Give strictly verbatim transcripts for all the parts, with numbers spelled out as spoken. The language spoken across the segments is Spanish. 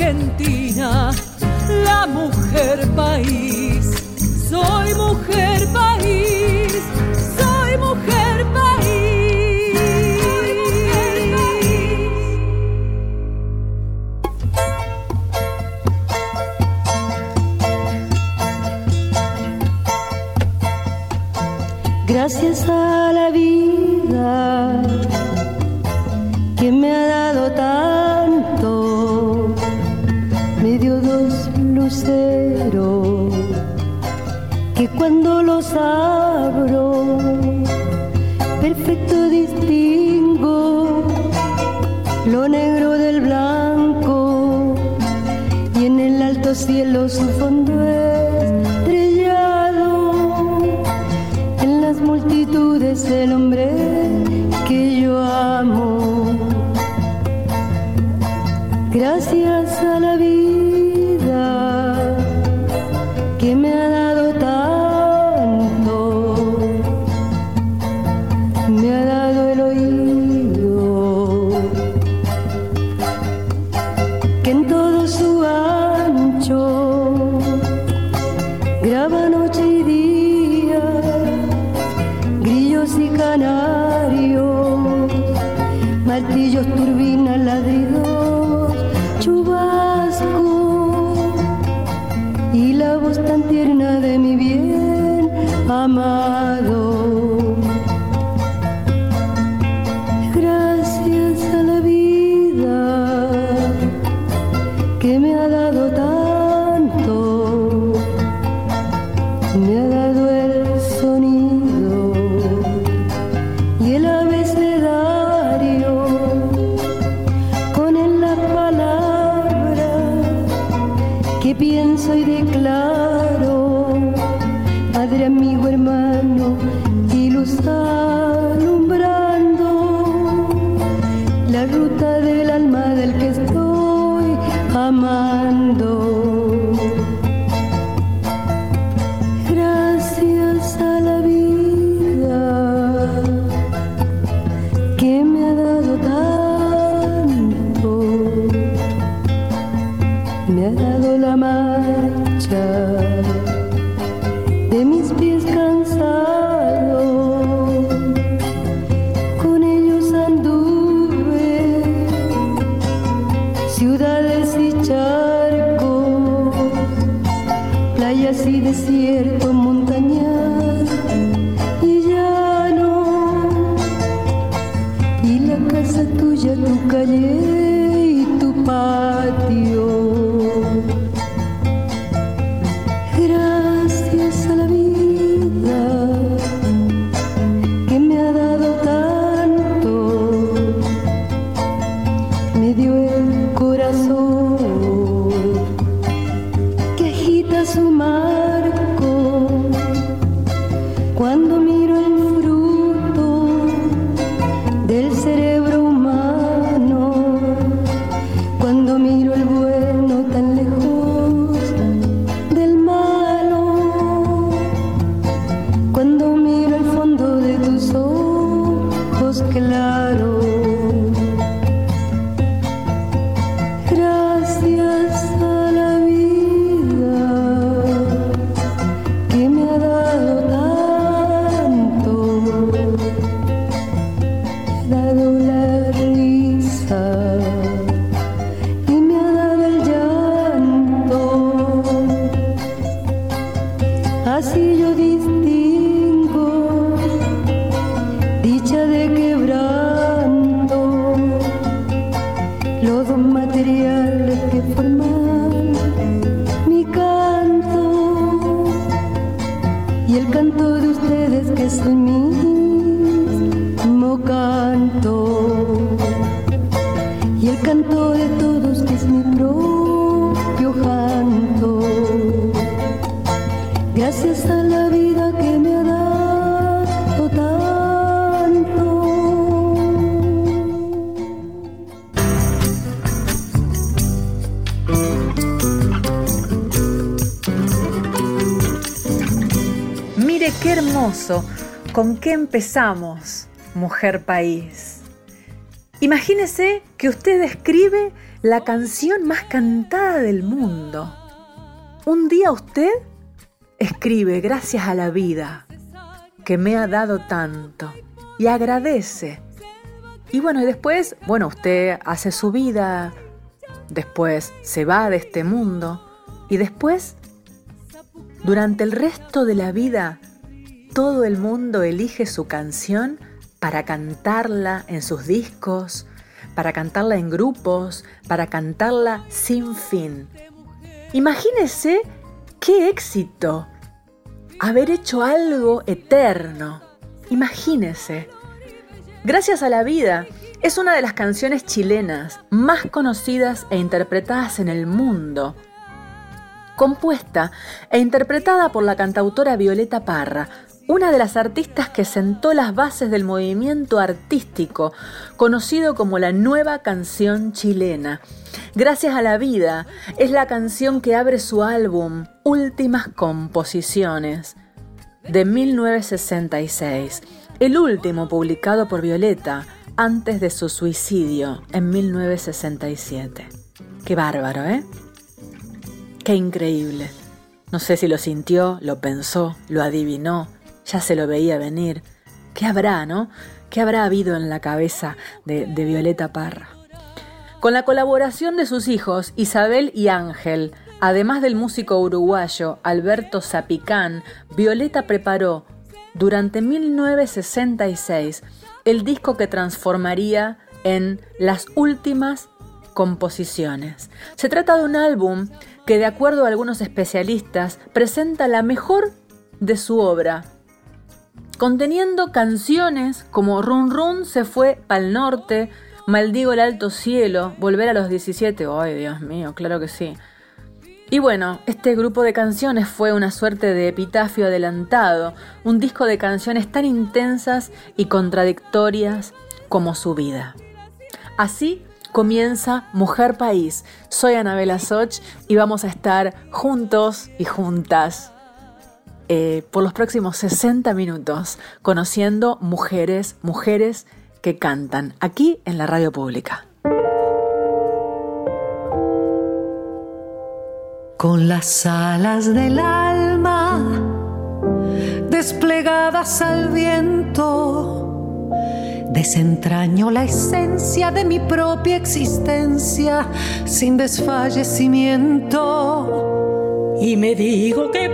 Argentina, la mujer país. Soy mujer país, soy mujer país. Soy mujer país. Gracias a la vida que me ha dado tanto, me dio dos luceros que cuando los abro perfecto distingo lo negro del blanco, y en el alto cielo su fondo estrellado, en las multitudes el hombre que yo amo. Gracias a la vida que me ha dado tanto, me ha dado el oído que en todo su ancho graba noche y día, grillos y canarios, martillos, turbinas, ladridos, chubasco y la voz tan tierna de mi bien amado. Gracias a la vida que me ha dado tanto, me ha dado el sonido y el abecedario, con él las palabras que pienso y declaro, padre, amigo, hermano y luz alumbrando la ruta del alma del que estoy amando. Gracias a la vida que me ha dado tanto, me ha dado la marcha de mis pies cansados, con ellos anduve ciudades y charcos, playas y desiertos, montañas y llano, y la casa tuya, tu calle y tu patio. Gracias a la vida que me ha dado tanto, me dio el corazón que agita su marco cuando miro el fruto del cerebro humano, cuando miro el bueno tan lejos del malo, cuando miro el fondo de tus ojos claros. Gracias a la vida que me ha dado tanto, me ha dado la risa y me ha dado el llanto. Así yo distingo dicha de quebranto, los dos materiales que forman mi canto, y el canto de ustedes que es el mismo canto, y el canto de todos que es mi propio canto. Gracias a la vida que me ha dado tanto. Mire qué hermoso, con qué empezamos, Mujer País. Imagínese que usted escribe la canción más cantada del mundo. Un día usted escribe gracias a la vida que me ha dado tanto y agradece. Y bueno, y después, bueno, usted hace su vida, después se va de este mundo y después, durante el resto de la vida, todo el mundo elige su canción para cantarla en sus discos, para cantarla en grupos, para cantarla sin fin. Imagínese qué éxito haber hecho algo eterno. Imagínese. Gracias a la vida es una de las canciones chilenas más conocidas e interpretadas en el mundo. Compuesta e interpretada por la cantautora Violeta Parra, una de las artistas que sentó las bases del movimiento artístico conocido como la nueva canción chilena. Gracias a la vida es la canción que abre su álbum Últimas Composiciones de mil novecientos sesenta y seis, el último publicado por Violeta antes de su suicidio en mil novecientos sesenta y siete. Qué bárbaro, ¿eh? Qué increíble. No sé si lo sintió, lo pensó, lo adivinó, ya se lo veía venir. ¿Qué habrá, no? ¿Qué habrá habido en la cabeza de, de Violeta Parra? Con la colaboración de sus hijos Isabel y Ángel, además del músico uruguayo Alberto Zapicán, Violeta preparó durante mil novecientos sesenta y seis el disco que transformaría en Las Últimas Composiciones. Se trata de un álbum que, de acuerdo a algunos especialistas, presenta la mejor de su obra, conteniendo canciones como Run Run se fue pa'l norte, Maldigo el alto cielo, Volver a los diecisiete, ¡ay, Dios mío! Claro que sí. Y bueno, este grupo de canciones fue una suerte de epitafio adelantado, un disco de canciones tan intensas y contradictorias como su vida. Así comienza Mujer País. Soy Anabela Soch y vamos a estar juntos y juntas eh, por los próximos sesenta minutos conociendo mujeres, mujeres que cantan aquí en la radio pública. Con las alas del alma desplegadas al viento, desentraño la esencia de mi propia existencia sin desfallecimiento. Y me digo que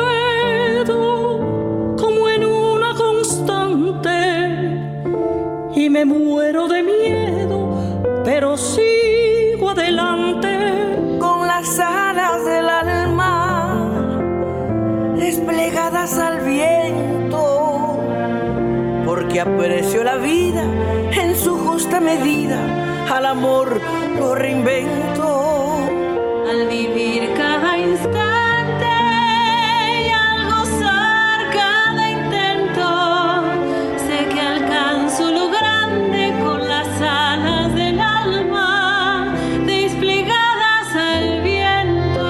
puedo, como en una constante, y me muero de miedo, pero sigo adelante. Con las alas del alma desplegadas al viento, porque aprecio la vida en su justa medida, al amor lo reinvento. Al vivir cada instante y al gozar cada intento, sé que alcanzo lo grande con las alas del alma desplegadas al viento.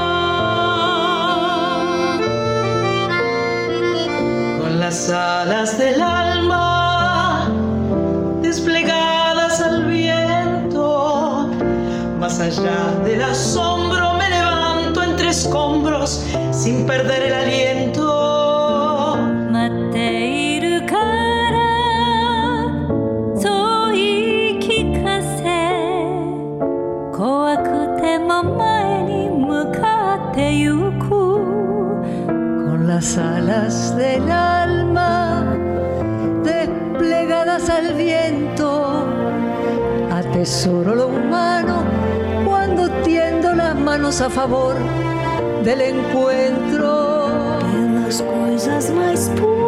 Con las alas del alma desplegadas al viento, más allá del asombro me levanto entre escombros sin perder el aliento. Mateiru kara soii kikase, kowakute mo mae ni mukatte yuku. Con las alas del alma desplegadas al viento, atesoro lo humano cuando tiendo las manos a favor del encuentro. Pelas coisas mais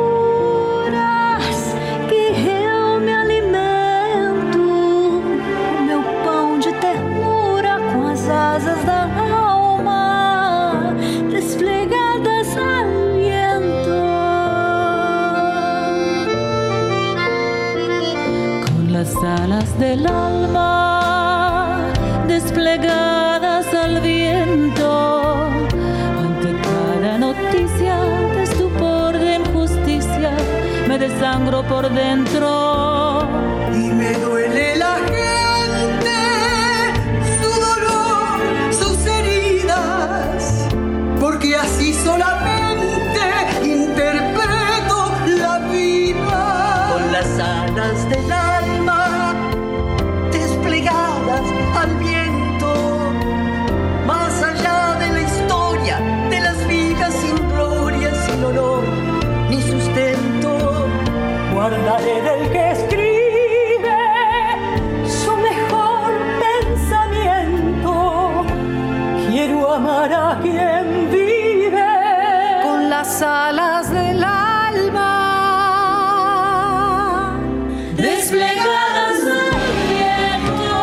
puras que eu me alimento, o meu pão de ternura com as asas da alma desplegadas al viento. Con las alas del alma desplegadas al viento, ante cada noticia de estupor, de injusticia, me desangro por dentro. Y me duele la gente, su amar a quien vive con las alas del alma desplegadas del viento.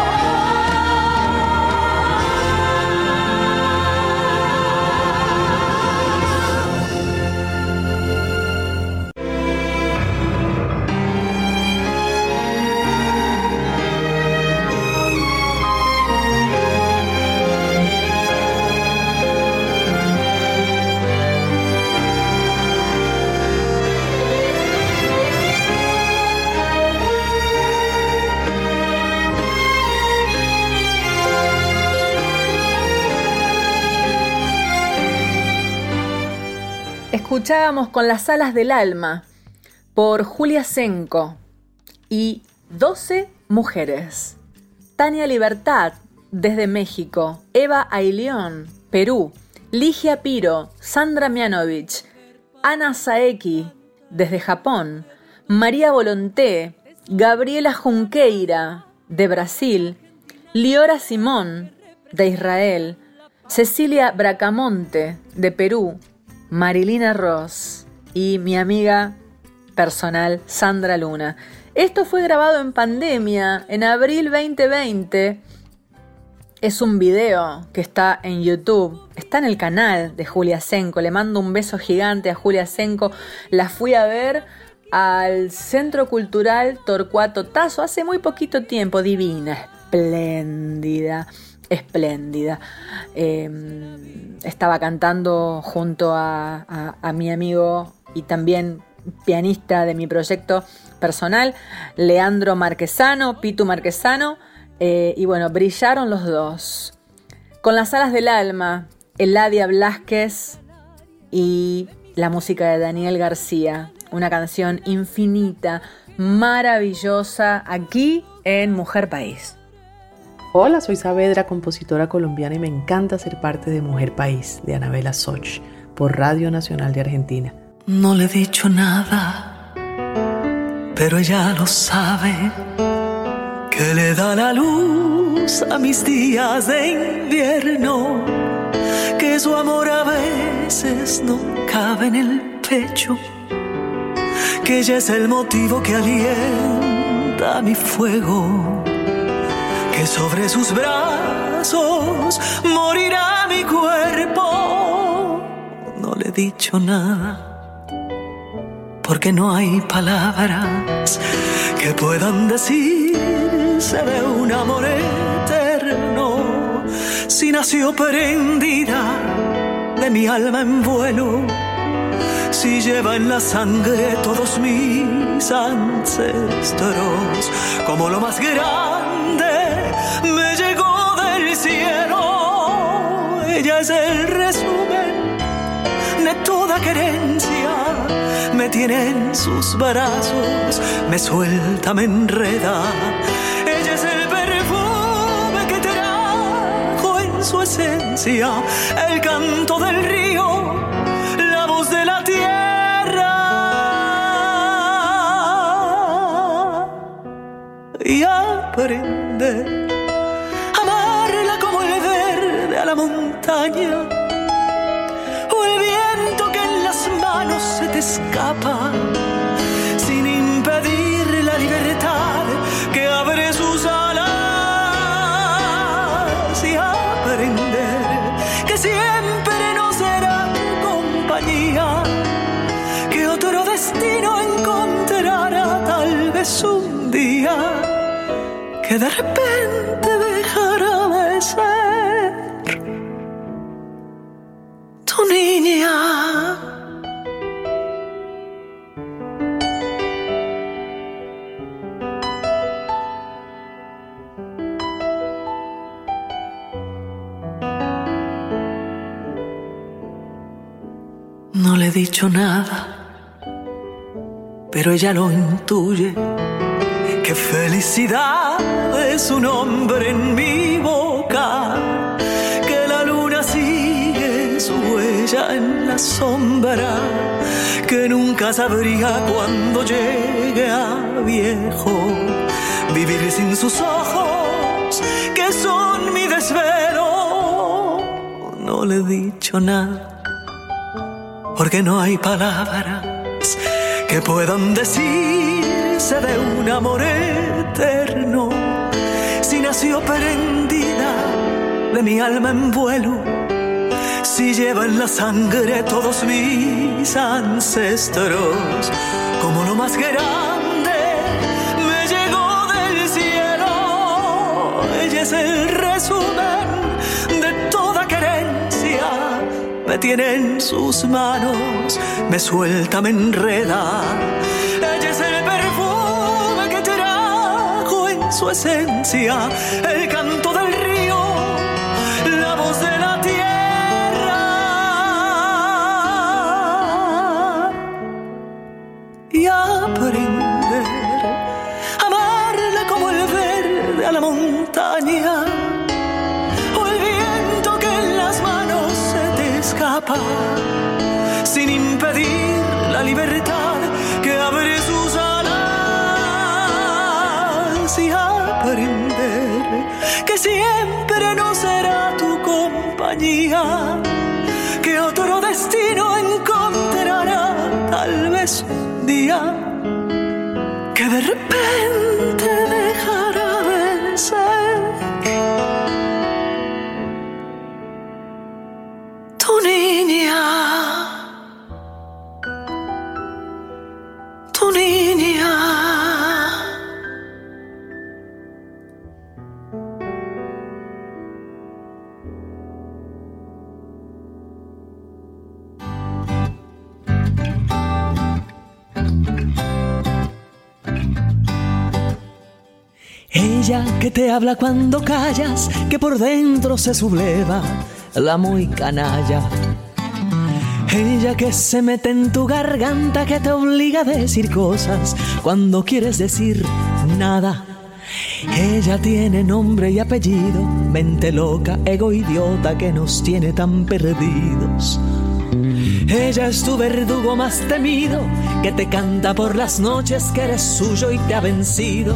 Escuchábamos Con las alas del alma por Julia Senko y doce mujeres. Tania Libertad desde México, Eva Ayllón, Perú, Ligia Piro, Sandra Mianovich, Ana Saeki desde Japón, María Volonté, Gabriela Junqueira de Brasil, Liora Simón de Israel, Cecilia Bracamonte de Perú, Marilina Ross y mi amiga personal Sandra Luna. Esto fue grabado en pandemia, en abril veinte veinte. Es un video que está en YouTube, está en el canal de Julia Senko. Le mando un beso gigante a Julia Senko. La fui a ver al Centro Cultural Torcuato Tasso hace muy poquito tiempo. Divina, espléndida. Espléndida. Eh, estaba cantando junto a, a, a mi amigo y también pianista de mi proyecto personal, Leandro Marquesano, Pitu Marquesano, eh, y bueno, brillaron los dos. Con las alas del alma, Eladia Blasquez y la música de Daniel García, una canción infinita, maravillosa, aquí en Mujer País. Hola, soy Saavedra, compositora colombiana, y me encanta ser parte de Mujer País, de Anabela Soch, por Radio Nacional de Argentina. No le he dicho nada, pero ella lo sabe, que le da la luz a mis días de invierno, que su amor a veces no cabe en el pecho, que ella es el motivo que alienta mi fuego, que sobre sus brazos morirá mi cuerpo. No le he dicho nada, porque no hay palabras que puedan decirse de un amor eterno. Si nació prendida de mi alma en vuelo, si lleva en la sangre todos mis ancestros, como lo más grande me llegó del cielo. Ella es el resumen de toda querencia, me tiene en sus brazos, me suelta, me enreda. Ella es el perfume que trajo en su esencia el canto del río, la voz de la tierra, y aprende a amarla como el verde a la montaña, o el viento que en las manos se te escapa, sin impedir la libertad que abre sus alas, y aprender que siempre no será tu compañía, que otro destino encontrará tal vez un día, que de repente dejará de ser tu niña. No le he dicho nada, pero ella lo intuye, que felicidad es un hombre en mi boca, que la luna sigue su huella en la sombra, que nunca sabría cuando llegue a viejo vivir sin sus ojos, que son mi desvelo. le he dicho nada, porque no hay palabras que puedan decirse de un amor eterno. Si nació prendida de mi alma en vuelo, si lleva en la sangre todos mis ancestros, como lo más grande me llegó del cielo. Ella es el resumen de toda querencia, me tiene en sus manos, me suelta, me enreda. Ella es el perfume que trajo en su esencia, el canto del río, la voz de la tierra. Y aprender a amarla como el verde a la montaña, o el viento que en las manos se te escapa, sin impedir la libertad que abre sus alas. Y aprender que siempre no será tu compañía, que otro destino encontrará tal vez un día, que de repente dejará de ser tu niña, tu niña. Ella que te habla cuando callas, que por dentro se subleva la muy canalla. Ella que se mete en tu garganta, que te obliga a decir cosas cuando quieres decir nada. Ella tiene nombre y apellido, mente loca, ego idiota que nos tiene tan perdidos. Ella es tu verdugo más temido, que te canta por las noches que eres suyo y te ha vencido.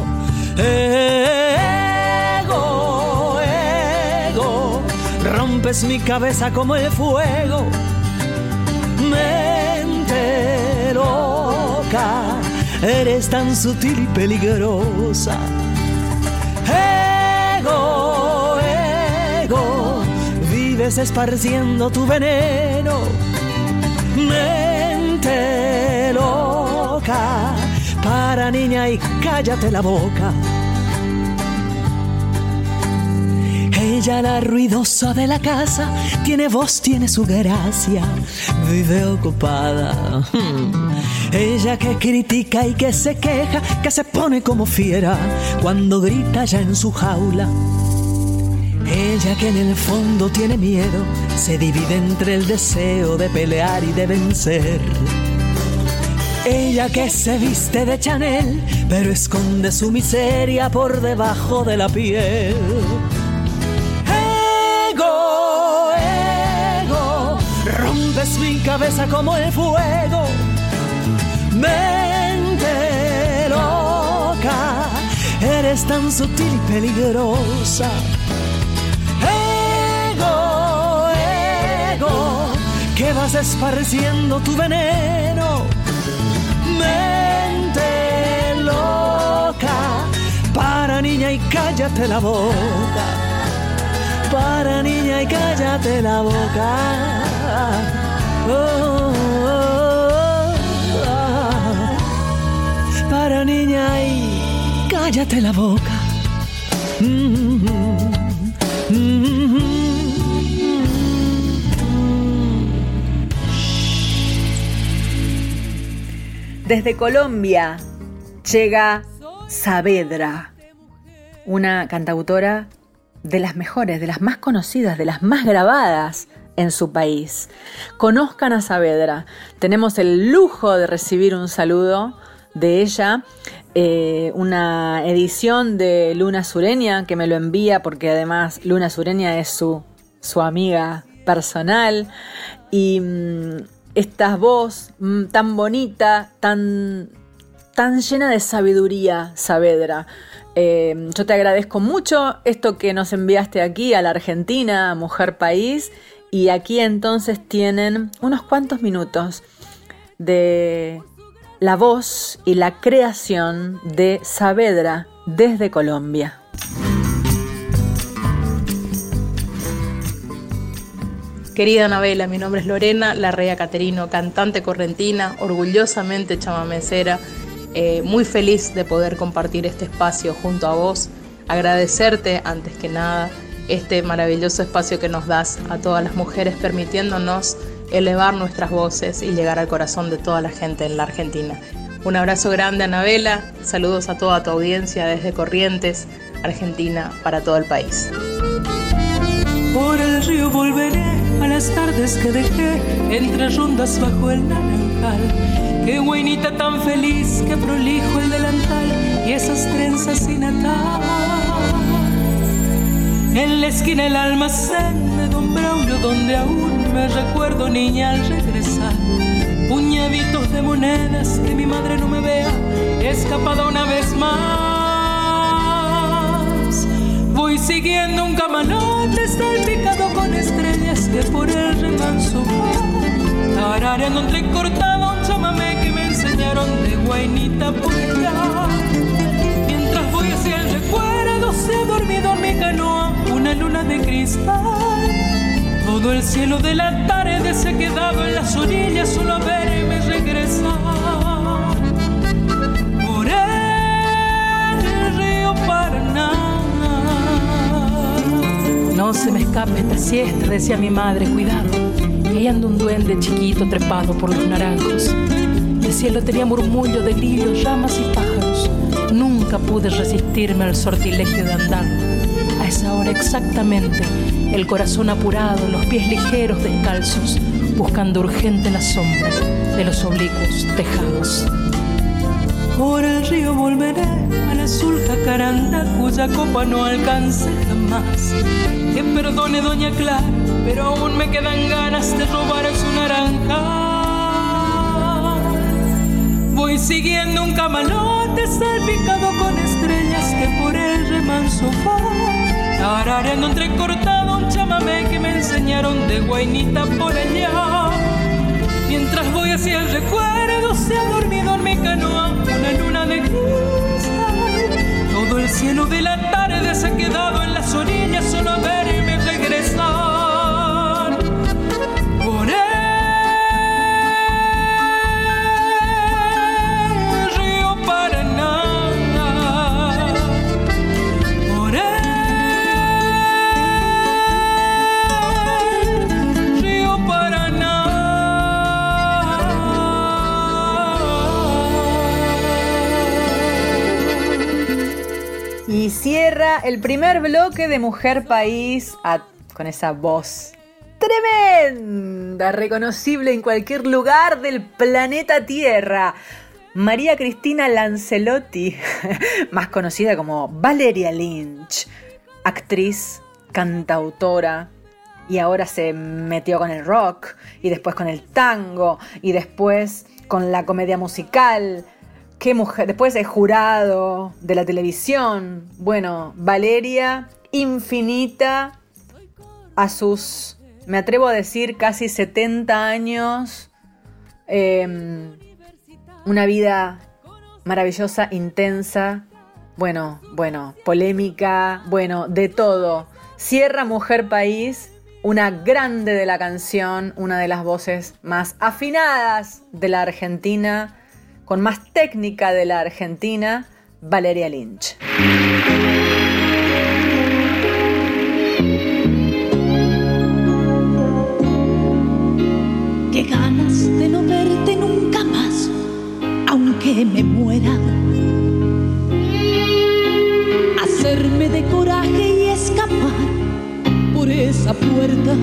Ego, ego, rompes mi cabeza como el fuego. Mente loca, eres tan sutil y peligrosa. Ego, ego, vives esparciendo tu veneno. Mente loca, para niña y cállate la boca. Ella la ruidosa de la casa, tiene voz, tiene su gracia, vive ocupada. Ella que critica y que se queja, que se pone como fiera cuando grita ya en su jaula. Ella que en el fondo tiene miedo, se divide entre el deseo de pelear y de vencer. Ella que se viste de Chanel, pero esconde su miseria por debajo de la piel. Ego, ego, rompes mi cabeza como el fuego. Mente loca, eres tan sutil y peligrosa. Ego, ego, que vas esparciendo tu veneno. Mente loca, para niña y cállate la boca. Para niña y cállate la boca. Oh, oh, oh. Para niña y cállate la boca. Mm-hmm. Mm-hmm. Desde Colombia llega Saavedra, una cantautora de las mejores, de las más conocidas, de las más grabadas en su país. Conozcan a Saavedra. Tenemos el lujo de recibir un saludo de ella, eh, una edición de Luna Sureña que me lo envía porque además Luna Sureña es su, su amiga personal y mmm, esta voz mmm, tan bonita, tan, tan llena de sabiduría, Saavedra. Eh, yo te agradezco mucho esto que nos enviaste aquí a la Argentina, a Mujer País, Y aquí entonces tienen unos cuantos minutos de la voz y la creación de Saavedra desde Colombia. Querida Anabela, mi nombre es Lorena Larrea Caterino, cantante correntina, orgullosamente chamamecera, eh, muy feliz de poder compartir este espacio junto a vos, agradecerte antes que nada este maravilloso espacio que nos das a todas las mujeres, permitiéndonos elevar nuestras voces y llegar al corazón de toda la gente en la Argentina. Un abrazo grande, Anabela, saludos a toda tu audiencia desde Corrientes, Argentina, para todo el país. Por el río volveré a las tardes que dejé entre rondas bajo el naranjal. Qué guainita tan feliz, qué prolijo el delantal y esas trenzas sin atar. En la esquina el almacén de Don Braulio, donde aún me recuerdo niña al regresar. Puñaditos de monedas, que mi madre no me vea, escapada una vez más. Voy siguiendo un camalote salpicado con estrellas que por el remanso va, tarareando entrecortado un chamamé que me enseñaron de guainita por allá. Mientras voy hacia el recuerdo, se ha dormido en mi canoa una luna de cristal. Todo el cielo de la tarde se ha quedado en las orillas solo a verme regresar. Por el río Paraná. No se me escape esta siesta, decía mi madre, cuidado, que ahí anda un duende chiquito trepado por los naranjos. El cielo tenía murmullo de grillos, ramas y pájaros. Nunca pude resistirme al sortilegio de andar. A esa hora exactamente, el corazón apurado, los pies ligeros descalzos, buscando urgente la sombra de los oblicuos tejados. Por el río volveré a la azul jacaranda, cuya copa no alcance jamás. Que perdone doña Clara, pero aún me quedan ganas de robar su naranja. Voy siguiendo un camalote salpicado con estrellas que por el remanso va, tarareando entrecortado un chamamé que me enseñaron de guainita por allá. Mientras voy hacia el recuerdo, se ha dormido en mi canoa una luna de cristal. Todo el cielo de la tarde se ha quedado en las orillas solo a verme regresar. Por el río Paraná. Por el río Paraná. Y cierra el primer bloque de Mujer País a, con esa voz tremenda, reconocible en cualquier lugar del planeta Tierra. María Cristina Lancelotti, más conocida como Valeria Lynch, actriz, cantautora, y ahora se metió con el rock, y después con el tango, y después con la comedia musical. Qué mujer, después es jurado de la televisión. Bueno, Valeria, infinita, a sus, me atrevo a decir, casi setenta años, eh, una vida maravillosa, intensa, bueno, bueno, polémica, bueno, de todo. Cierra Mujer País, una grande de la canción, una de las voces más afinadas de la Argentina, con más técnica de la Argentina, Valeria Lynch. Qué ganas de no verte nunca más, aunque me muera. Hacerme de coraje y escapar por esa puerta.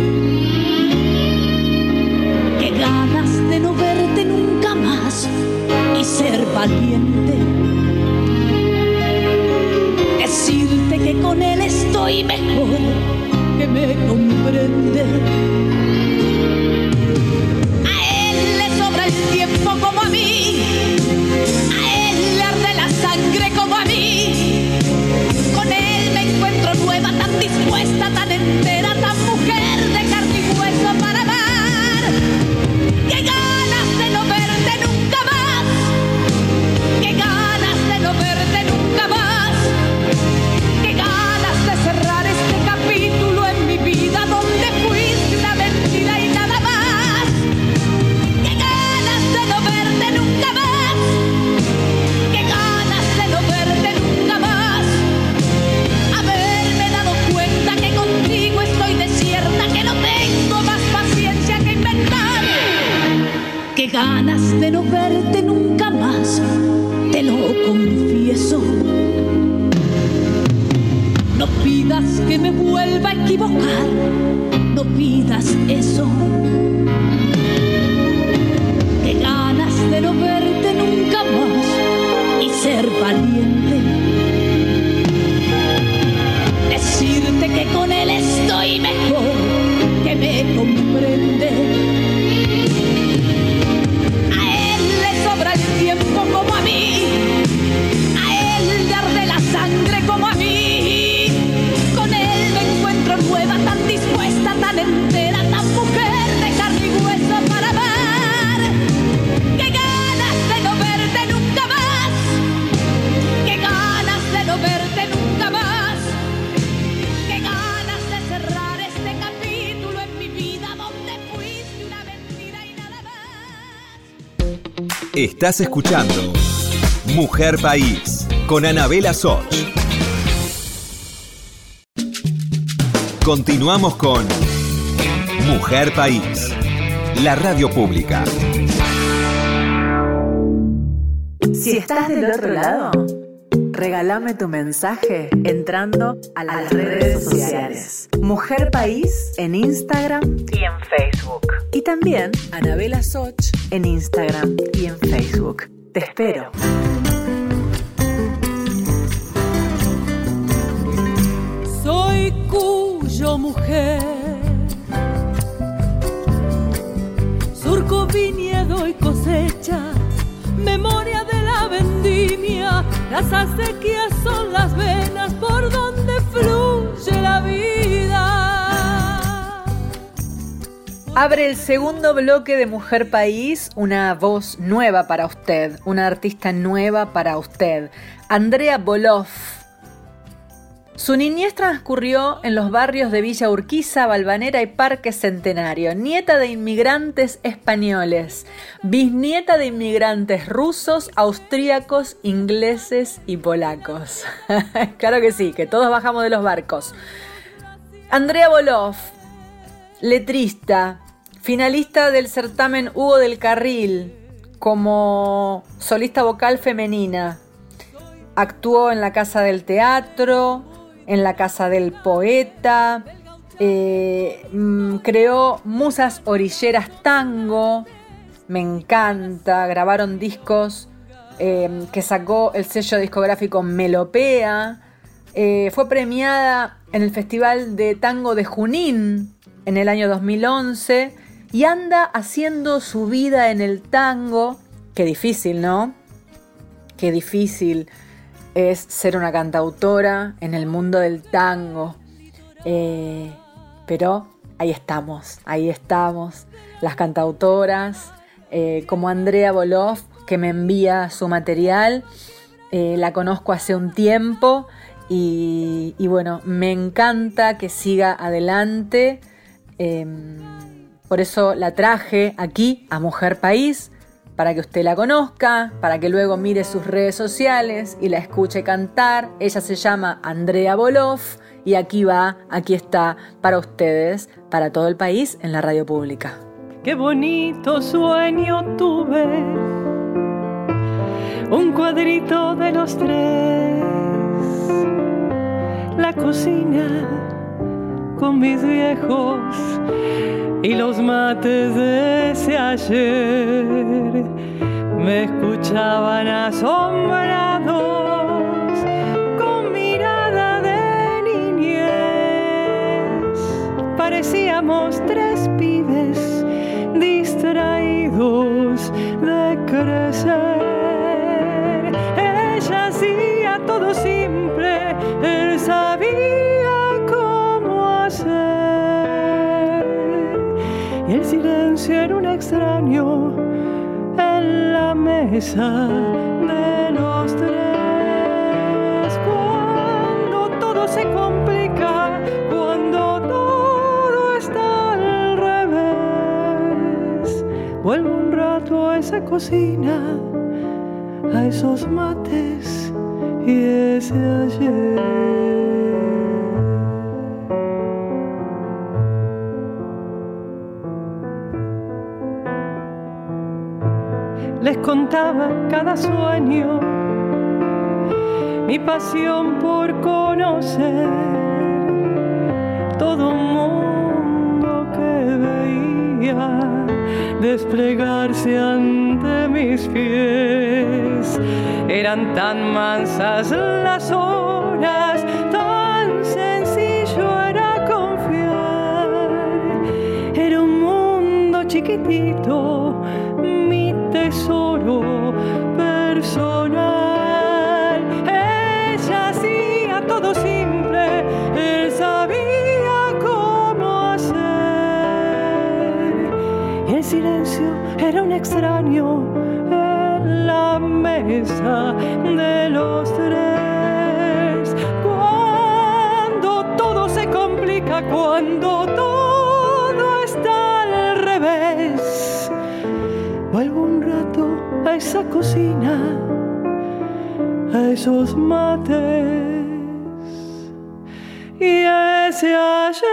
Qué ganas de no verte nunca más y ser valiente. Decirte que con él estoy mejor, que me comprende. A él le sobra el tiempo como a mí, a él le arde la sangre como a mí. Con él me encuentro nueva, tan dispuesta, tan entera, tan mujer de carne y vuelva a equivocar, no pidas eso. Qué ganas de no verte nunca más y ser valiente. Decirte que con él estoy mejor, que me comprende. A él le sobra el tiempo como a mí, a él le arde la sangre como a mí. Con él me encuentro nueva, tan dispuesta, tan entera, tan mujer de carne y hueso para amar. Qué ganas de no verte nunca más, qué ganas de no verte nunca más, qué ganas de cerrar este capítulo en mi vida donde fuiste una mentira y nada más. Estás escuchando Mujer País con Anabela Soch. Continuamos con Mujer País, la radio pública. Si estás del otro lado, regálame tu mensaje entrando a las redes sociales. Mujer País en Instagram y en Facebook. Y también Anabela Soch en Instagram y en Facebook. Te espero. Soy Cuyo mujer, surco viñedo y cosecha, memoria de la vendimia, las acequias son las venas por donde fluye la vida. Abre el segundo bloque de Mujer País, una voz nueva para usted, una artista nueva para usted, Andrea Boloff. Su niñez transcurrió en los barrios de Villa Urquiza, Valvanera y Parque Centenario. Nieta de inmigrantes españoles, bisnieta de inmigrantes rusos, austríacos, ingleses y polacos. Claro que sí, que todos bajamos de los barcos. Andrea Boloff, letrista, finalista del certamen Hugo del Carril como solista vocal femenina. Actuó en la Casa del Teatro, en la Casa del Poeta, eh, creó Musas Orilleras Tango, me encanta, grabaron discos eh, que sacó el sello discográfico Melopea, eh, fue premiada en el Festival de Tango de Junín en el año dos mil once y anda haciendo su vida en el tango. Qué difícil, ¿no? Qué difícil es ser una cantautora en el mundo del tango. Eh, pero ahí estamos, ahí estamos. Las cantautoras, eh, como Andrea Boloff, que me envía su material. Eh, la conozco hace un tiempo y, y bueno, me encanta que siga adelante. Eh, por eso la traje aquí a Mujer País, para que usted la conozca, para que luego mire sus redes sociales y la escuche cantar. Ella se llama Andrea Boloff y aquí va, aquí está para ustedes, para todo el país en la radio pública. Qué bonito sueño tuve, un cuadrito de los tres, la cocina con mis viejos y los mates de ese ayer me escuchaban asombrados con mirada de niñez. Parecíamos tres pibes distraídos de crecer. Ella hacía todo simple, él sabía cómo hacer. Y el silencio era un extraño en la mesa de los tres. Cuando todo se complica, cuando todo está al revés, vuelvo un rato a esa cocina, a esos mates y ese ayer. Les contaba cada sueño, mi pasión por conocer todo mundo que veía desplegarse ante mis pies. Eran tan mansas las horas, tan sencillo era confiar. Era un mundo chiquitito, mi tesoro personal. Ella hacía todo simple, él sabía cómo hacer. El silencio era un extraño en la mesa de los tres. Cuando todo se complica, cuando todo está al revés, vuelvo un rato a esa cocina, a esos mates y a ese ayer.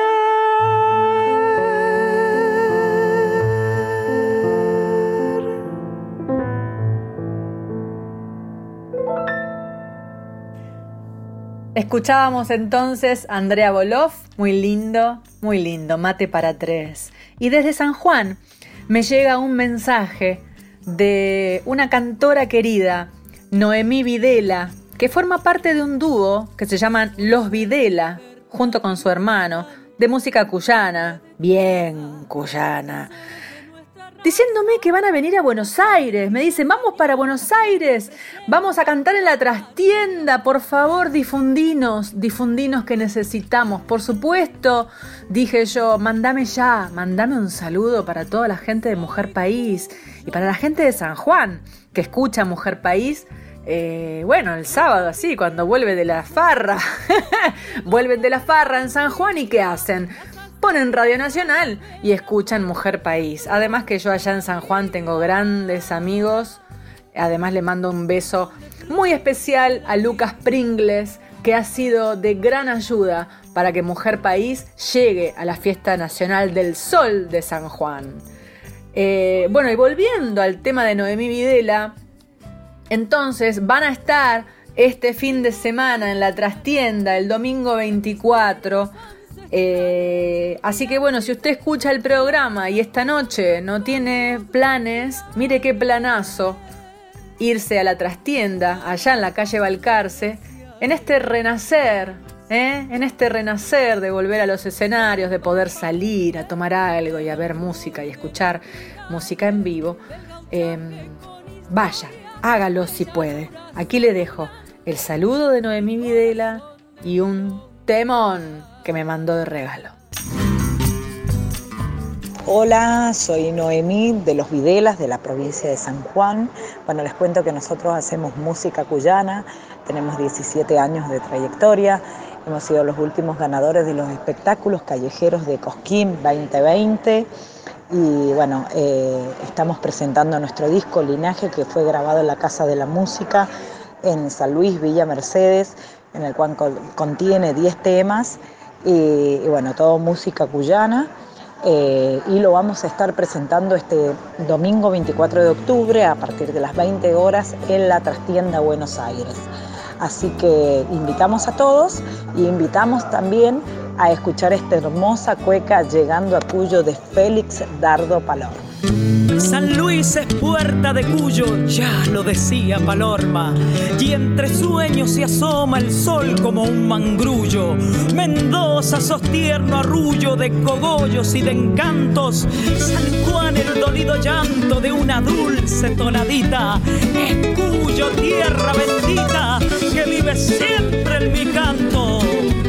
Escuchábamos entonces a Andrea Boloff, muy lindo, muy lindo, Mate para tres. Y desde San Juan me llega un mensaje de una cantora querida, Noemí Videla, que forma parte de un dúo que se llaman Los Videla, junto con su hermano, de música cuyana, bien cuyana, diciéndome que van a venir a Buenos Aires. Me dicen, vamos para Buenos Aires, vamos a cantar en la trastienda, por favor, difundinos, difundinos que necesitamos. Por supuesto, dije yo, mandame ya, mandame un saludo para toda la gente de Mujer País y para la gente de San Juan que escucha Mujer País. Eh, bueno, el sábado así, cuando vuelve de la farra, vuelven de la farra en San Juan y ¿qué hacen? Ponen Radio Nacional y escuchan Mujer País. Además que yo allá en San Juan tengo grandes amigos. Además le mando un beso muy especial a Lucas Pringles, que ha sido de gran ayuda para que Mujer País llegue a la Fiesta Nacional del Sol de San Juan. Eh, bueno, y volviendo al tema de Noemí Videla, entonces van a estar este fin de semana en la trastienda el domingo veinticuatro. Eh, así que bueno, si usted escucha el programa y esta noche no tiene planes, mire qué planazo irse a la trastienda allá en la calle Balcarce, en este renacer, ¿eh? en este renacer de volver a los escenarios, de poder salir a tomar algo y a ver música y escuchar música en vivo. Eh, vaya, hágalo si puede. Aquí le dejo el saludo de Noemí Videla y un temón que me mandó de regalo. Hola, soy Noemí de Los Videlas, de la provincia de San Juan. Bueno, les cuento que nosotros hacemos música cuyana, tenemos diecisiete años de trayectoria, hemos sido los últimos ganadores de los espectáculos callejeros de Cosquín veinte veinte y bueno, eh, estamos presentando nuestro disco Linaje, que fue grabado en la Casa de la Música en San Luis, Villa Mercedes, en el cual contiene diez temas. Y, y bueno, todo música cuyana, eh, y lo vamos a estar presentando este domingo veinticuatro de octubre a partir de las veinte horas en la trastienda Buenos Aires. Así que invitamos a todos y invitamos también a escuchar esta hermosa cueca Llegando a Cuyo de Félix Dardo Palor. San Luis es puerta de Cuyo, ya lo decía Palorma, y entre sueños se asoma el sol como un mangrullo. Mendoza sos tierno arrullo de cogollos y de encantos. San Juan el dolido llanto de una dulce tonadita. Es Cuyo tierra bendita que vive siempre en mi canto.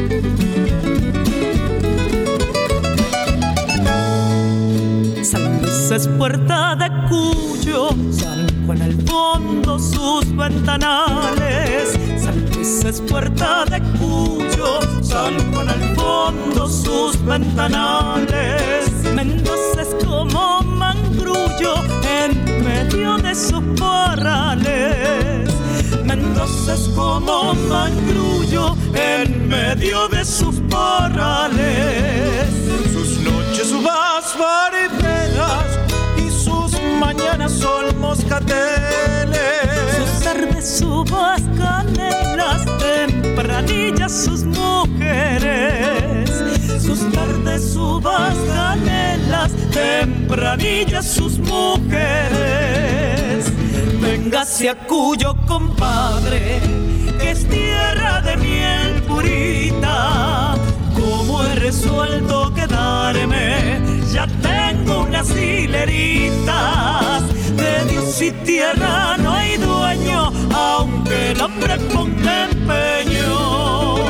San Luis es puerta de Cuyo, San Juan al fondo sus ventanales. San Luis es puerta de Cuyo, San Juan al fondo sus ventanales. Mendoza es como mangrullo en medio de sus parrales. Mendoza es como mangrullo en medio de sus parrales. Sus noches, sus marineras y sus mañanas son moscateles. Sus tardes, sus canelas, tempranillas sus mujeres. Sus de sudas canelas, tempranillas sus mujeres. Véngase a Cuyo, compadre, que es tierra de miel purita. Como he resuelto quedarme, ya tengo unas hileritas. De Dios y tierra no hay dueño, aunque el hombre ponga empeño.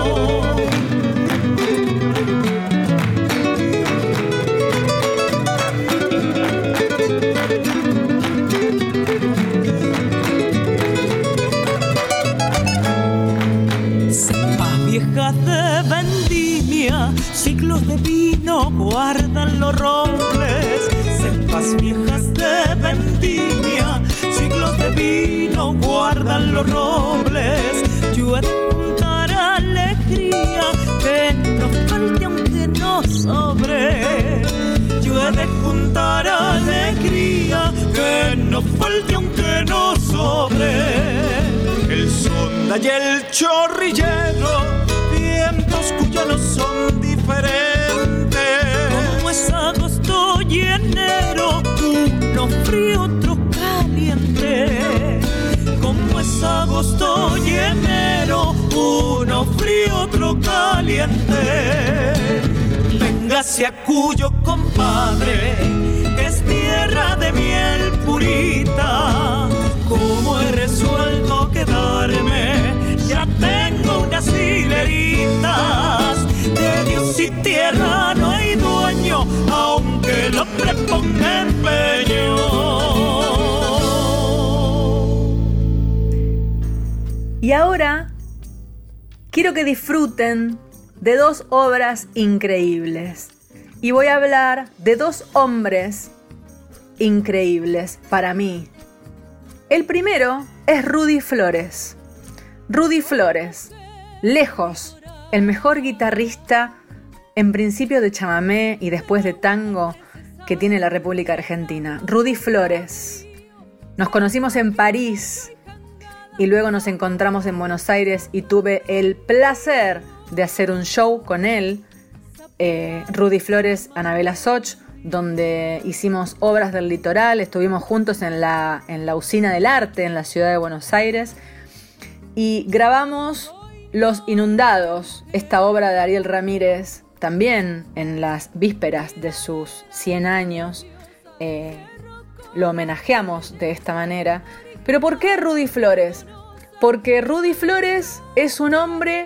Viejas de vendimia, siglos de vino guardan los robles. Cepas viejas de vendimia, siglos de vino guardan los robles. Yo he de juntar alegría, que no falte aunque no sobre. Yo he de juntar alegría, que no falte aunque no sobre. El sonda y el chorrillero, vientos cuyanos son diferentes. Como es agosto y enero, uno frío, otro caliente. Como es agosto y enero, uno frío, otro caliente. Véngase a Cuyo, compadre, que es tierra de miel purita. Como he resuelto quedarme, ya tengo unas hileritas. De Dios y tierra no hay dueño, aunque el hombre ponga empeño. Y ahora quiero que disfruten de dos obras increíbles. Y voy a hablar de dos hombres increíbles para mí. El primero es Rudy Flores. Rudy Flores, lejos, el mejor guitarrista en principio de chamamé y después de tango que tiene la República Argentina. Rudy Flores. Nos conocimos en París y luego nos encontramos en Buenos Aires y tuve el placer de hacer un show con él, eh, Rudy Flores, Anabela Soch, donde hicimos Obras del Litoral, estuvimos juntos en la, en la Usina del Arte en la ciudad de Buenos Aires y grabamos Los Inundados, esta obra de Ariel Ramírez, también en las vísperas de sus cien años, eh, lo homenajeamos de esta manera. ¿Pero por qué Rudy Flores? Porque Rudy Flores es un hombre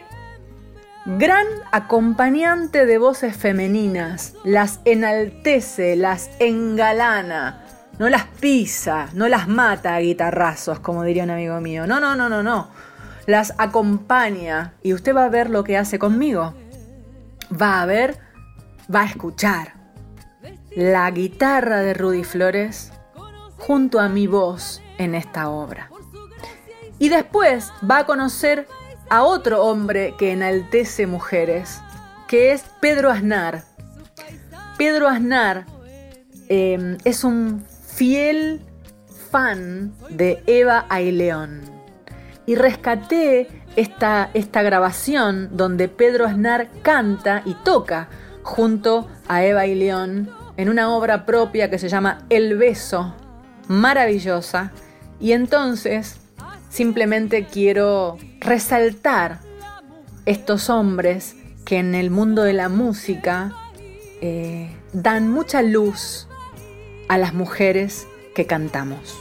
gran acompañante de voces femeninas, las enaltece, las engalana, no las pisa, no las mata a guitarrazos, como diría un amigo mío. No, no, no, no, no. Las acompaña y usted va a ver lo que hace conmigo. Va a ver, va a escuchar la guitarra de Rudy Flores junto a mi voz en esta obra. Y después va a conocer a otro hombre que enaltece mujeres, que es Pedro Aznar. Pedro Aznar eh, es un fiel fan de Eva Ayleón. Y rescaté esta, esta grabación donde Pedro Aznar canta y toca junto a Eva Ayleón en una obra propia que se llama El Beso, maravillosa. Y entonces simplemente quiero resaltar estos hombres que en el mundo de la música eh, dan mucha luz a las mujeres que cantamos.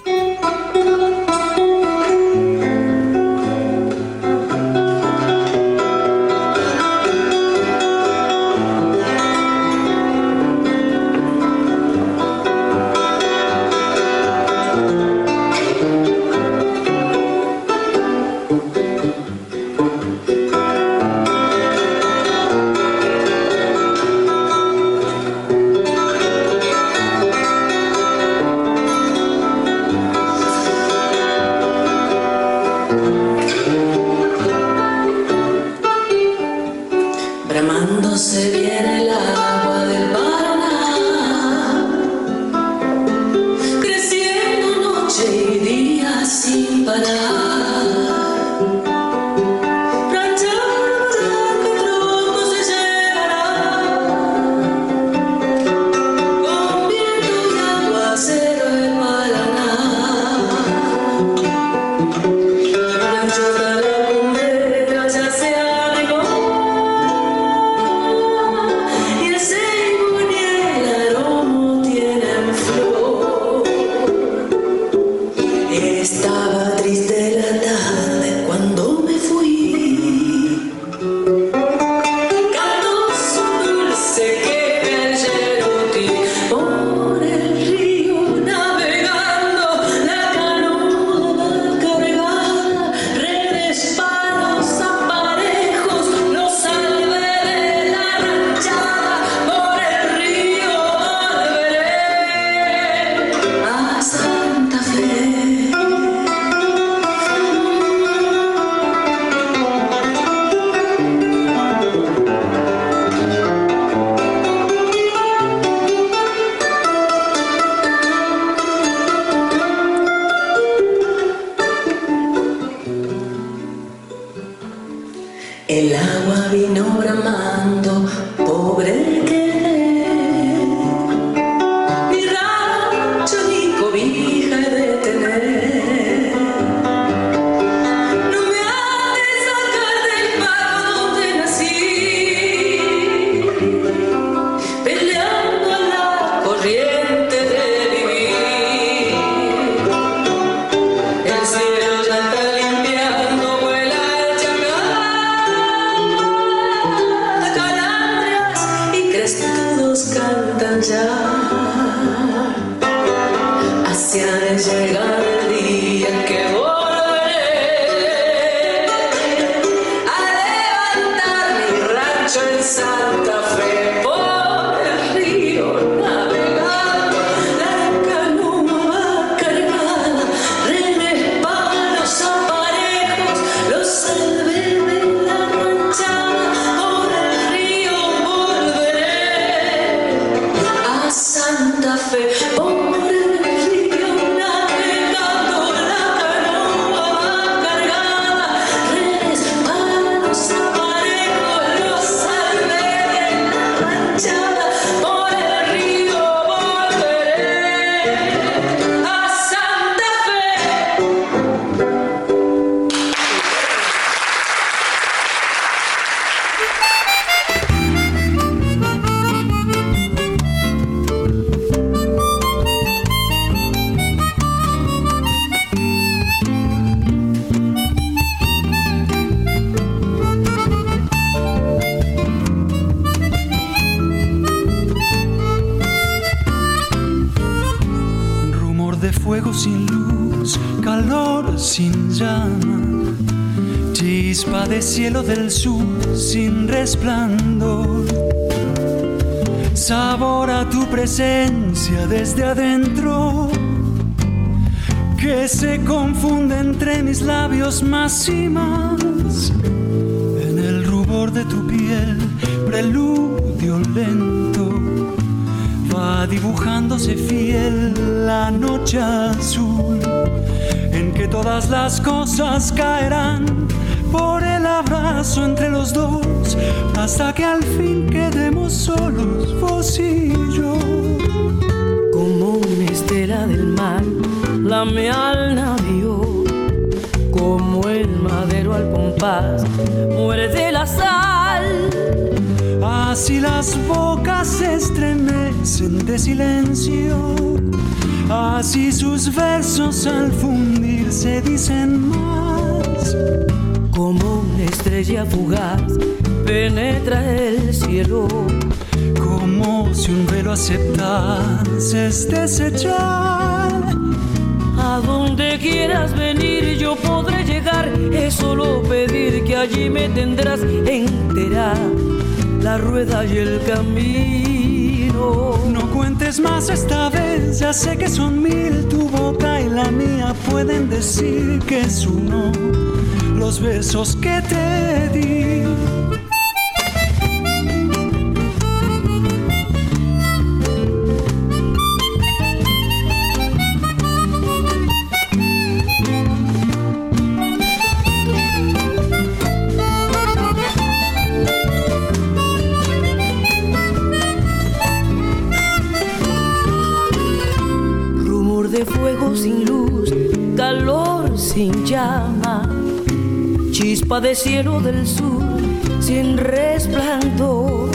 marchar, hacia de llegar el día en que volveré a levantar mi rancho en Santa Fe, por el río navegando, la canoa cargada, renes, palos, aparejos, los salvé de la ranchada, por el río volveré a Santa Fe, por el río navegando, la canoa cargada, renes, palos, aparejos, los salvé de la ranchada, por el río volveré a Santa Fe. Rumor de fuego sin luz, calor sin llama, chispa de cielo del sur sin resplandor, sabor a tu presencia desde adentro, que se confunde entre mis labios más y más, en el rubor de tu piel, preludio lento, va dibujándose fiel la noche azul, en que todas las cosas caerán por el abrazo entre los dos, hasta que al fin quedemos solos, vos y yo. Como una estela del mar, lame al navío, como el madero al compás, muere de la sal. Así las bocas se estremecen de silencio, así sus versos al fundirse dicen más. Como una estrella fugaz penetra el cielo, como si un velo aceptase es desechar. A donde quieras venir yo podré llegar, es solo pedir que allí me tendrás entera, la rueda y el camino. No cuentes más esta vez, ya sé que son mil, tu boca y la mía pueden decir que es uno, los besos que te di. Fuego sin luz, calor sin llama, chispa de cielo del sur sin resplandor,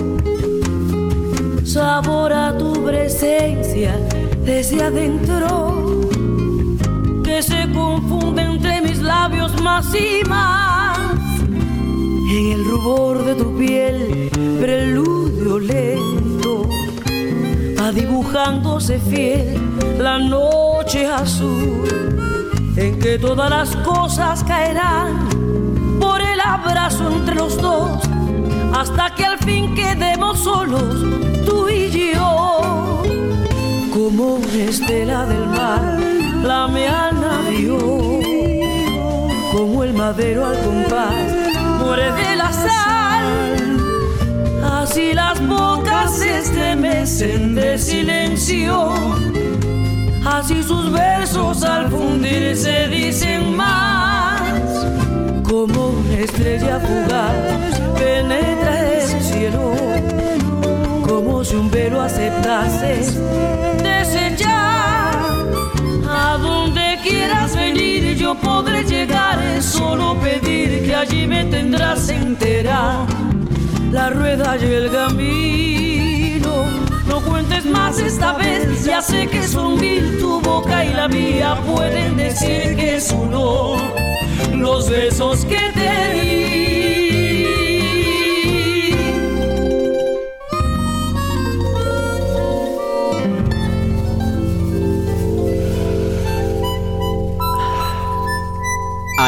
sabor a tu presencia desde adentro, que se confunde entre mis labios más y más, en el rubor de tu piel, preludio lento, va dibujándose fiel la noche azul, en que todas las cosas caerán por el abrazo entre los dos, hasta que al fin quedemos solos, tú y yo. Como una estela del mar, lame al navío, como el madero al compás, muere de la sal. Así las bocas se estremecen de silencio, así sus versos al fundirse dicen más. Como una estrella fugaz penetra el cielo, como si un velo aceptase desechar. A donde quieras venir yo podré llegar, es solo pedir que allí me tendrás entera, la rueda y el camino. No cuentes más esta vez, ya sé que son mil, tu boca y la mía pueden decir que es uno, los besos que te di.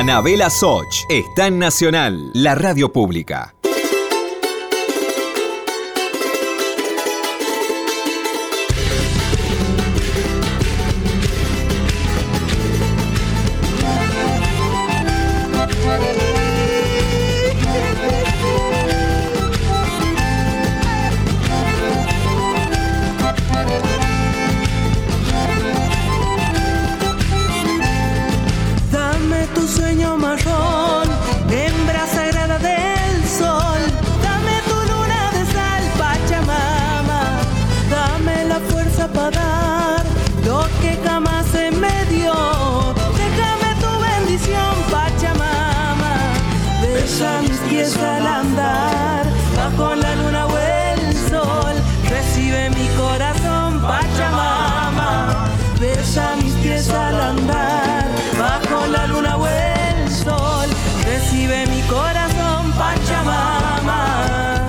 Anabela Soch está en Nacional, la radio pública. Al andar bajo la luna o el sol, recibe mi corazón Pachamama. Besa mis pies al andar bajo la luna o el sol, recibe mi corazón Pachamama.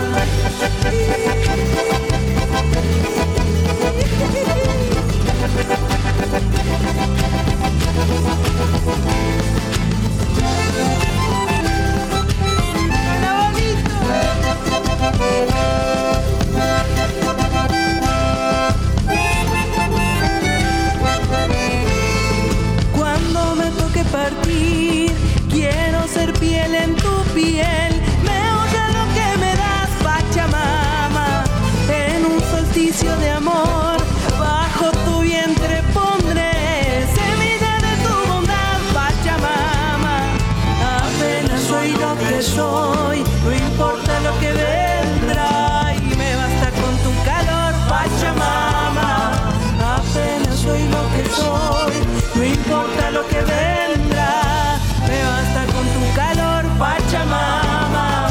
Cuando me toque partir, quiero ser piel en tu piel. Me honra lo que me das, Pachamama. En un solsticio de amor, bajo tu vientre pondré semilla de tu bondad, Pachamama. Apenas soy lo que soy, no importa lo que vendrá, y me basta con tu calor, Pachamama. Apenas soy lo que soy, no importa lo que vendrá, me basta con tu calor, Pachamama.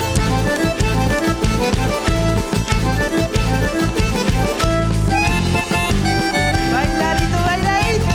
Bailadito, bailadito.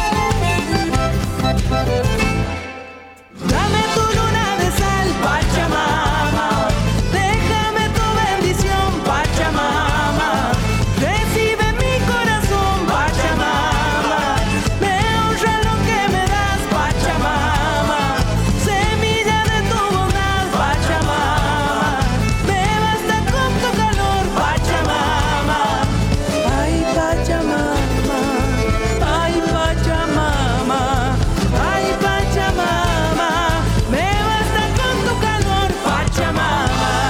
Dame tu luna de sal, Pachamama. Déjame tu bendición, Pachamama. Recibe mi corazón, Pachamama. Me honra lo que me das, Pachamama. Semilla de tu bondad, Pachamama. Me basta con tu calor, Pachamama. Ay, Pachamama. Ay, Pachamama. Ay, Pachamama. Me basta con tu calor, Pachamama.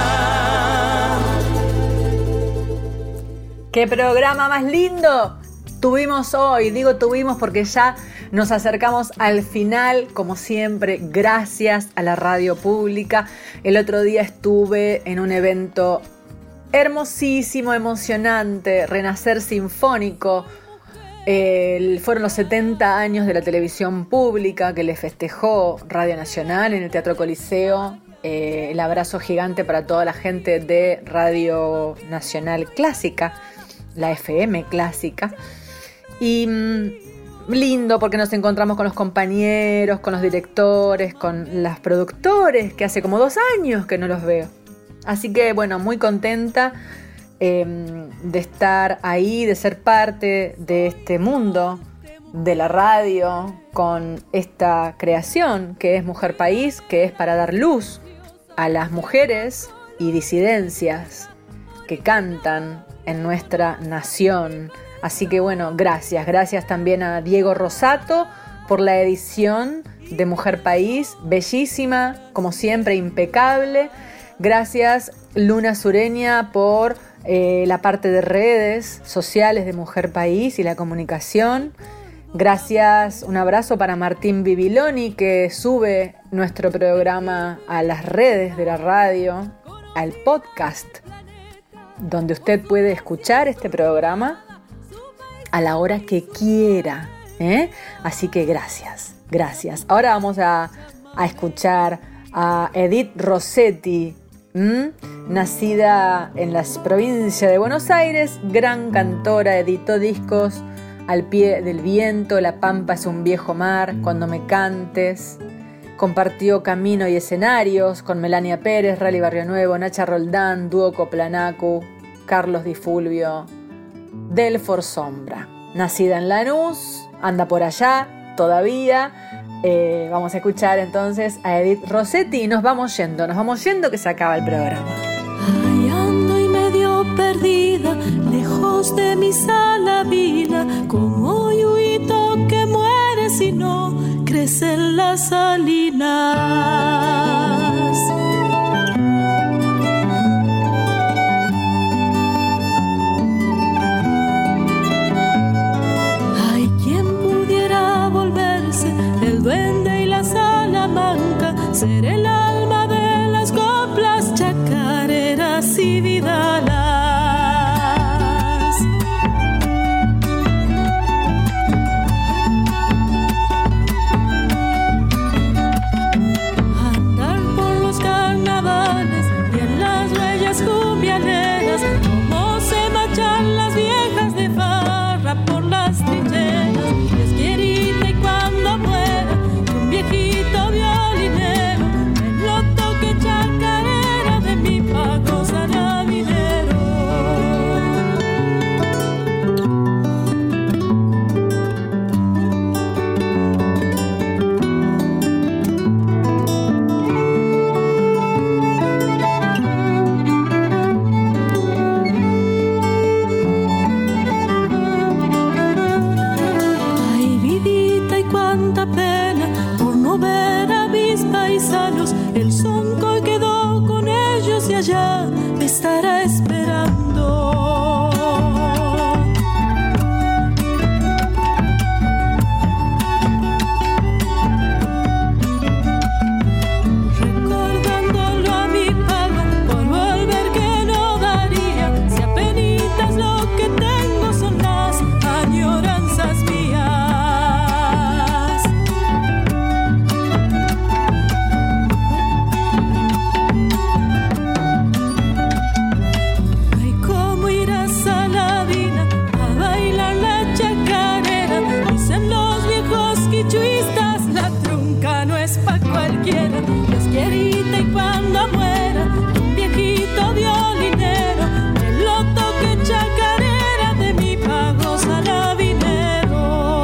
¡Qué programa más lindo tuvimos hoy! Digo tuvimos porque ya nos acercamos al final, como siempre, gracias a la radio pública. El otro día estuve en un evento hermosísimo, emocionante, Renacer Sinfónico. Eh, fueron los setenta años de la televisión pública que le festejó Radio Nacional en el Teatro Coliseo. Eh, el abrazo gigante para toda la gente de Radio Nacional Clásica, la F M Clásica. Y mmm, lindo porque nos encontramos con los compañeros, con los directores, con los productores, que hace como dos años que no los veo. Así que bueno, muy contenta eh, de estar ahí, de ser parte de este mundo de la radio, con esta creación que es Mujer País, que es para dar luz a las mujeres y disidencias que cantan en nuestra nación. Así que bueno, gracias, gracias también a Diego Rosato por la edición de Mujer País, bellísima, como siempre, impecable. Gracias Luna Sureña por eh, la parte de redes sociales de Mujer País y la comunicación. Gracias, un abrazo para Martín Bibiloni, que sube nuestro programa a las redes de la radio, al podcast, donde usted puede escuchar este programa a la hora que quiera, ¿eh? Así que gracias, gracias. Ahora vamos a, a escuchar a Edith Rossetti, ¿m? Nacida en la provincia de Buenos Aires, gran cantora, editó discos Al pie del viento, La Pampa es un viejo mar, Cuando me cantes. Compartió camino y escenarios con Melania Pérez, Rally Barrio Nuevo, Nacha Roldán, Dúo Coplanacu, Carlos Di Fulvio, Delfor Sombra. Nacida en Lanús, anda por allá todavía, Eh, vamos a escuchar entonces a Edith Rossetti y nos vamos yendo, nos vamos yendo que se acaba el programa. Ay, ando y medio perdida, lejos de mi salavina, como yuito que muere si no crecen las salinas. Ay, quien pudiera volverse el duende y la salamanca, ser el alma de las coplas chacareras y vidalas. Andar por los carnavales y en las huellas cumbialeras, como se marchan las viejas de farra por las trincheras. Desquierita y cuando muera un viejito violinero, en lo toque chacarera de mi pago sanavinero. Ay, vidita y cuánta pena por no ver a mis paisanos. El sonco quedó con ellos y allá me estará esperando. Recordándolo a mi pago por volver que no daría, si apenitas lo que tengo son las añoranzas mías. Ay, cómo ir a Salavina a bailar la chacarera. Dicen los viejos quichuistas, la trunca no es pa' cualquiera. Dios quierita y cuando muera un viejito violinero, el lo toque chacarera de mi pago salavinero.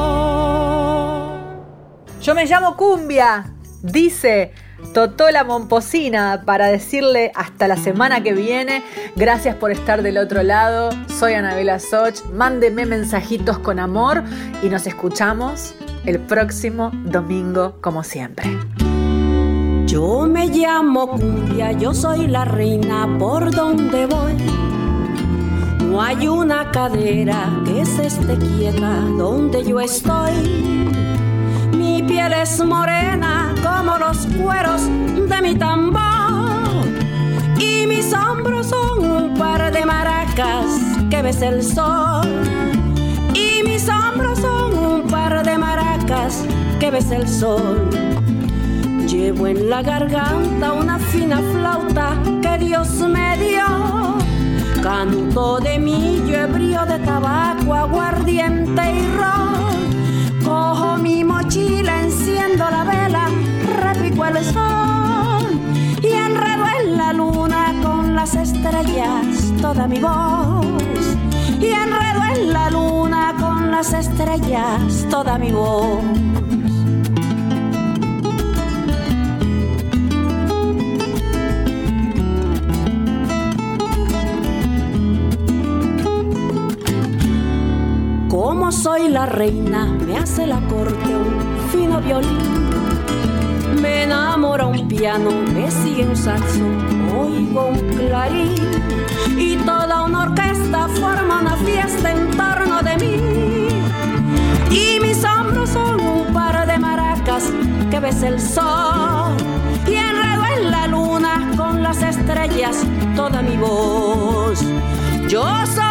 Yo me llamo Cumbia, dice Totola Momposina, para decirle hasta la semana que viene. Gracias por estar del otro lado. Soy Anabela Soch. Mándeme mensajitos con amor y nos escuchamos el próximo domingo como siempre. Yo me llamo Cumbia, yo soy la reina por donde voy. No hay una cadera que se esté quieta donde yo estoy. Mi piel es morena como los cueros de mi tambor, y mis hombros son un par de maracas que besa el sol. Y mis hombros son un par de maracas que besa el sol. Llevo en la garganta una fina flauta que Dios me dio, canto de millo, ebrio de tabaco, aguardiente y ron. Cojo mi mochila, enciendo la vela, repico el sol y enredo en la luna con las estrellas toda mi voz. Y enredo en la luna con las estrellas toda mi voz. Como soy la reina, me hace la corte un fino violín. Me enamora un piano, me sigue un saxo, oigo un clarín. Y toda una orquesta forma una fiesta en torno de mí. Y mis hombros son un par de maracas que besa el sol. Y enredo en la luna con las estrellas toda mi voz. Yo soy